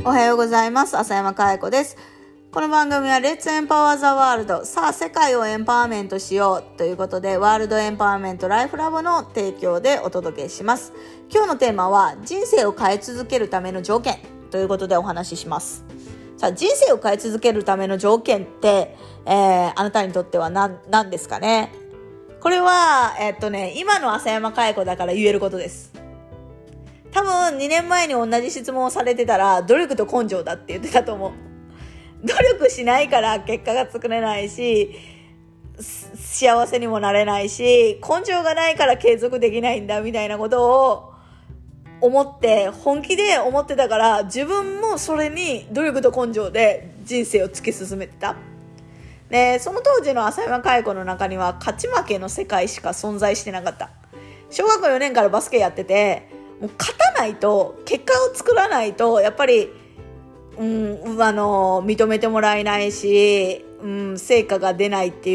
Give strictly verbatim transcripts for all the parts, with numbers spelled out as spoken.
おはようございます。浅山かえ子です。この番組は Let's Empower the World、 さあ世界をエンパワーメントしようということで、ワールドエンパワーメントライフラボの提供でお届けします。今日のテーマは人生を変え続けるための条件ということでお話しします。さあ、人生を変え続けるための条件って、えー、あなたにとっては何、何ですかね。これは、えっとね、今の浅山かえ子だから言えることです。多分にねんまえに同じ質問をされてたら、努力と根性だって言ってたと思う。努力しないから結果が作れないし、幸せにもなれないし、根性がないから継続できないんだみたいなことを思って、本気で思ってたから、自分もそれに努力と根性で人生を突き進めてた。で、その当時の浅山かえ子の中には勝ち負けの世界しか存在してなかった。小学校よねんからバスケやってて、もう勝たないと、結果を作らないと、やっぱり、うん、あの、認めてもらえないし、うん、成果が出ないっていう、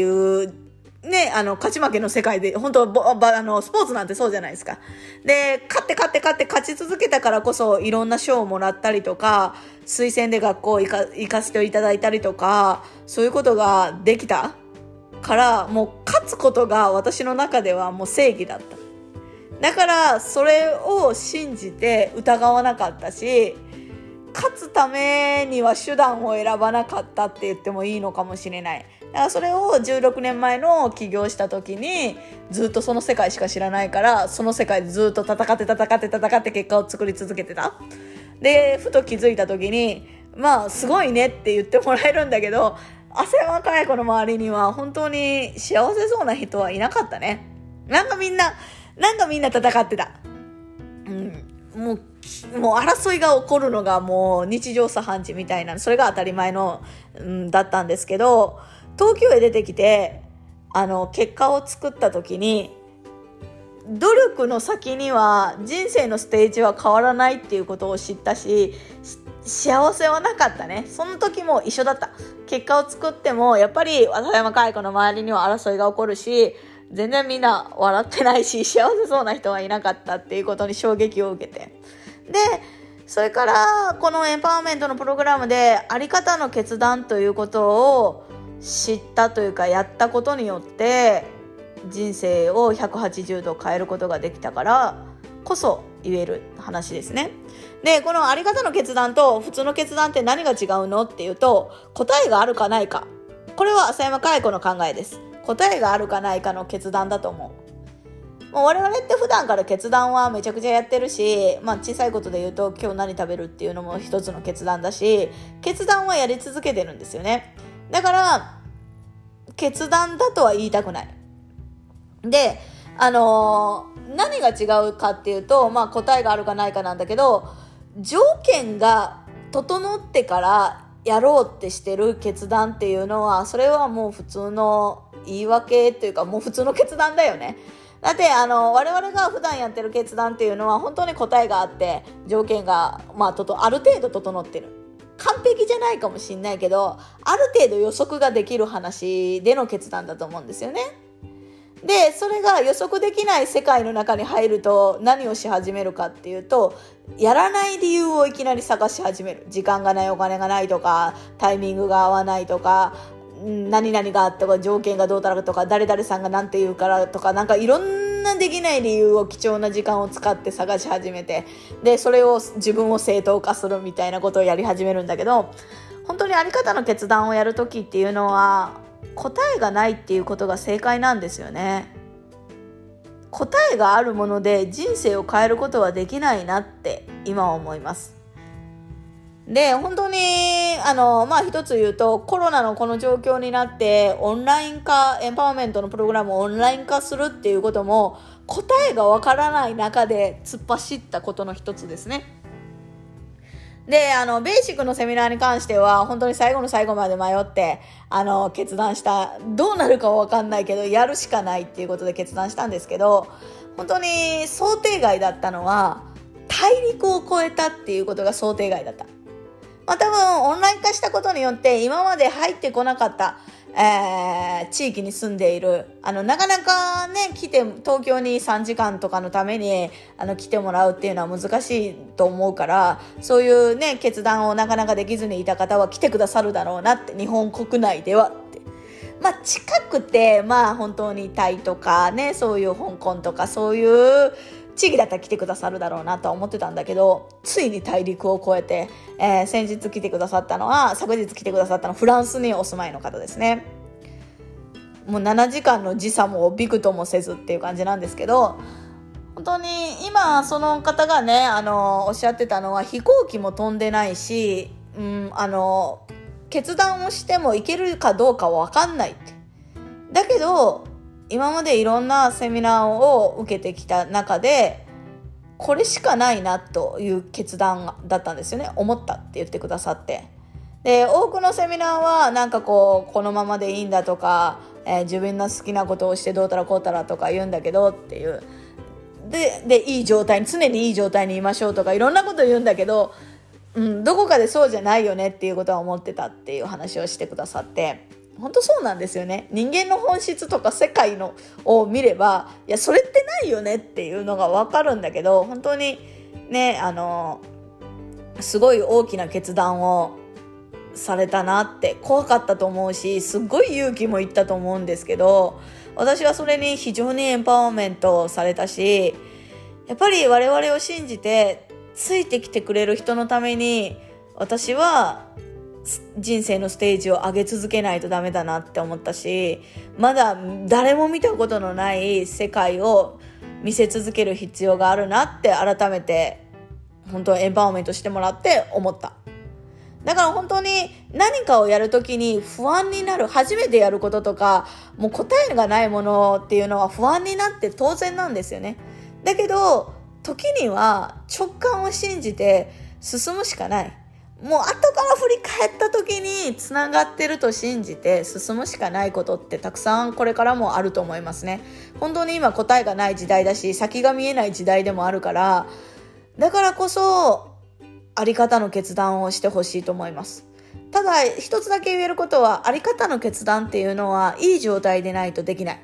ね、あの、勝ち負けの世界で、本当ぼばあの、スポーツなんてそうじゃないですか。で、勝って勝って勝って勝ち続けたからこそ、いろんな賞をもらったりとか、推薦で学校行か、行かせていただいたりとか、そういうことができたから、もう勝つことが私の中ではもう正義だった。だからそれを信じて疑わなかったし、勝つためには手段を選ばなかったって言ってもいいのかもしれない。だからそれをじゅうろくねんまえの起業した時にずっとその世界しか知らないから、その世界でずっと戦って戦って戦って結果を作り続けてた。で、ふと気づいた時に、まあすごいねって言ってもらえるんだけど、浅山かえ子の周りには本当に幸せそうな人はいなかったね。なんかみんななんかみんな戦ってた。うん、もう、もう争いが起こるのがもう日常茶飯事みたいな、それが当たり前の、うん、だったんですけど、東京へ出てきて、あの、結果を作った時に、努力の先には人生のステージは変わらないっていうことを知ったし、幸せはなかったね。その時も一緒だった。結果を作っても、やっぱり浅山かえ子の周りには争いが起こるし、全然みんな笑ってないし、幸せそうな人はいなかったっていうことに衝撃を受けて。で、それからこのエンパワーメントのプログラムであり方の決断ということを知ったというか、やったことによって人生をひゃくはちじゅうど変えることができたからこそ言える話ですね。で、このあり方の決断と普通の決断って何が違うのっていうと、答えがあるかないか。これは浅山かえ子の考えです。答えがあるかないかの決断だと思う。もう我々って普段から決断はめちゃくちゃやってるし、まあ小さいことで言うと今日何食べるっていうのも一つの決断だし、決断はやり続けてるんですよね。だから決断だとは言いたくない。で、あのー、何が違うかっていうと、まあ答えがあるかないかなんだけど、条件が整ってからやろうってしてる決断っていうのは、それはもう普通の言い訳というか、もう普通の決断だよね。だってあの我々が普段やってる決断っていうのは本当に答えがあって、条件がまあととある程度整ってる。完璧じゃないかもしれないけど、ある程度予測ができる話での決断だと思うんですよね。で、それが予測できない世界の中に入ると何をし始めるかっていうと、やらない理由をいきなり探し始める。時間がない、お金がないとか、タイミングが合わないとか、何々があったとか、条件がどうだろうとか、誰々さんが何て言うからとか、なんかいろんなできない理由を貴重な時間を使って探し始めて、でそれを自分を正当化するみたいなことをやり始めるんだけど、本当にあり方の決断をやるときっていうのは答えがないっていうことが正解なんですよね。答えがあるもので人生を変えることはできないなって今は思います。で、本当にあのまあ一つ言うと、コロナのこの状況になってオンライン化、エンパワーメントのプログラムをオンライン化するっていうことも、答えがわからない中で突っ走ったことの一つですね。で、あのベーシックのセミナーに関しては本当に最後の最後まで迷ってあの決断した。どうなるかは分かんないけどやるしかないっていうことで決断したんですけど、本当に想定外だったのは大陸を越えたっていうことが想定外だった。まあ、多分オンライン化したことによって今まで入ってこなかった、 えー、地域に住んでいる、あの、なかなかね、来て、東京にさんじかんとかのために、あの、来てもらうっていうのは難しいと思うから、そういうね、決断をなかなかできずにいた方は来てくださるだろうなって、日本国内ではって。まあ、近くて、まあ、本当にタイとかね、そういう香港とか、そういう地域だったら来てくださるだろうなとは思ってたんだけど、ついに大陸を越えて、えー、先日来てくださったのは、昨日来てくださったのはフランスにお住まいの方ですね。もうななじかんの時差もびくともせずっていう感じなんですけど、本当に今その方がね、あのおっしゃってたのは、飛行機も飛んでないし、うん、あの決断をしても行けるかどうかは分かんないって。だけど今までいろんなセミナーを受けてきた中で、これしかないなという決断だったんですよね。思ったって言ってくださって、で多くのセミナーはなんかこうこのままでいいんだとか、えー、自分の好きなことをしてどうたらこうたらとか言うんだけどっていうで、でいい状態に常にいい状態にいましょうとかいろんなこと言うんだけど、うん、どこかでそうじゃないよねっていうことは思ってたっていう話をしてくださって、本当そうなんですよね。人間の本質とか世界のを見れば、いやそれってないよねっていうのが分かるんだけど、本当にね、あのすごい大きな決断をされたなって、怖かったと思うし、すごい勇気もいったと思うんですけど、私はそれに非常にエンパワーメントされたし、やっぱり我々を信じてついてきてくれる人のために、私は人生のステージを上げ続けないとダメだなって思ったし、まだ誰も見たことのない世界を見せ続ける必要があるなって改めて本当エンパワーメントしてもらって思った。だから本当に何かをやるときに不安になる、初めてやることとかもう答えがないものっていうのは不安になって当然なんですよね。だけど時には直感を信じて進むしかない。もう後から振り返った時につながってると信じて進むしかないことってたくさんこれからもあると思いますね。本当に今答えがない時代だし、先が見えない時代でもあるから、だからこそあり方の決断をしてほしいと思います。ただ一つだけ言えることは、あり方の決断っていうのはいい状態でないとできない。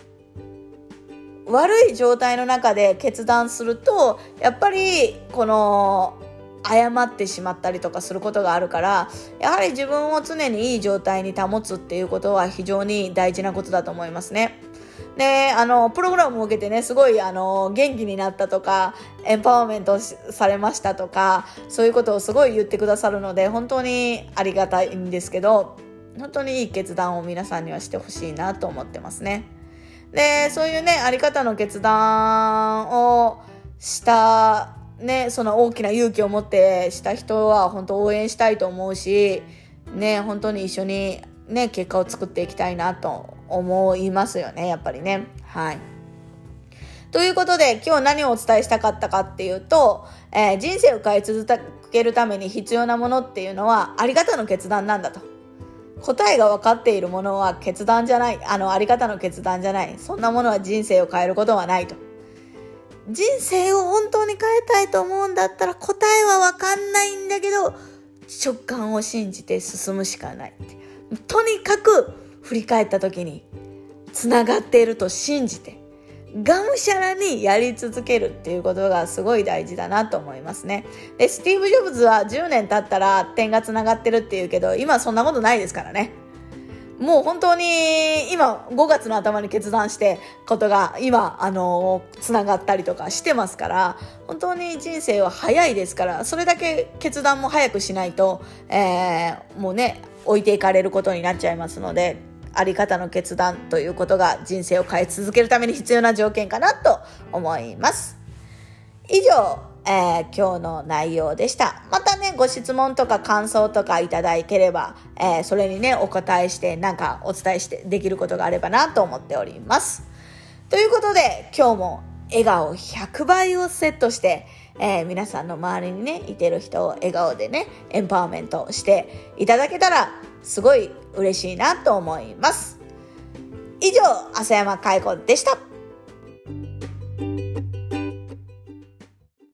悪い状態の中で決断すると、やっぱりこの誤ってしまったりとかすることがあるから、やはり自分を常にいい状態に保つっていうことは非常に大事なことだと思いますね。で、あのプログラムを受けてね、すごいあの元気になったとか、エンパワーメントされましたとか、そういうことをすごい言ってくださるので、本当にありがたいんですけど、本当にいい決断を皆さんにはしてほしいなと思ってますね。で、そういうね、あり方の決断をしたね、その大きな勇気を持ってした人は本当応援したいと思うし、ね、本当に一緒にね、結果を作っていきたいなと思いますよね、やっぱりね。はい。ということで、今日何をお伝えしたかったかっていうと、えー、人生を変え続けるために必要なものっていうのはあり方の決断なんだと。答えが分かっているものは決断じゃない、あのあり方の決断じゃない。そんなものは人生を変えることはないと。人生を本当に変えたいと思うんだったら、答えは分かんないんだけど直感を信じて進むしかない。とにかく振り返った時につながっていると信じて、がむしゃらにやり続けるっていうことがすごい大事だなと思いますね。で、スティーブ・ジョブズはじゅうねん経ったら点がつながってるっていうけど、今そんなことないですからね。もう本当に今ごがつの頭に決断してことが今あのつながったりとかしてますから、本当に人生は早いですから、それだけ決断も早くしないと、えー、もうね置いていかれることになっちゃいますので、あり方の決断ということが人生を変え続けるために必要な条件かなと思います。以上、えー、今日の内容でした。またね、ご質問とか感想とかいただければ、えー、それにねお答えしてなんかお伝えしてできることがあればなと思っております。ということで、今日も笑顔ひゃくばいをセットして、えー、皆さんの周りにねいてる人を笑顔でねエンパワーメントしていただけたらすごい嬉しいなと思います。以上、浅山かいこでした。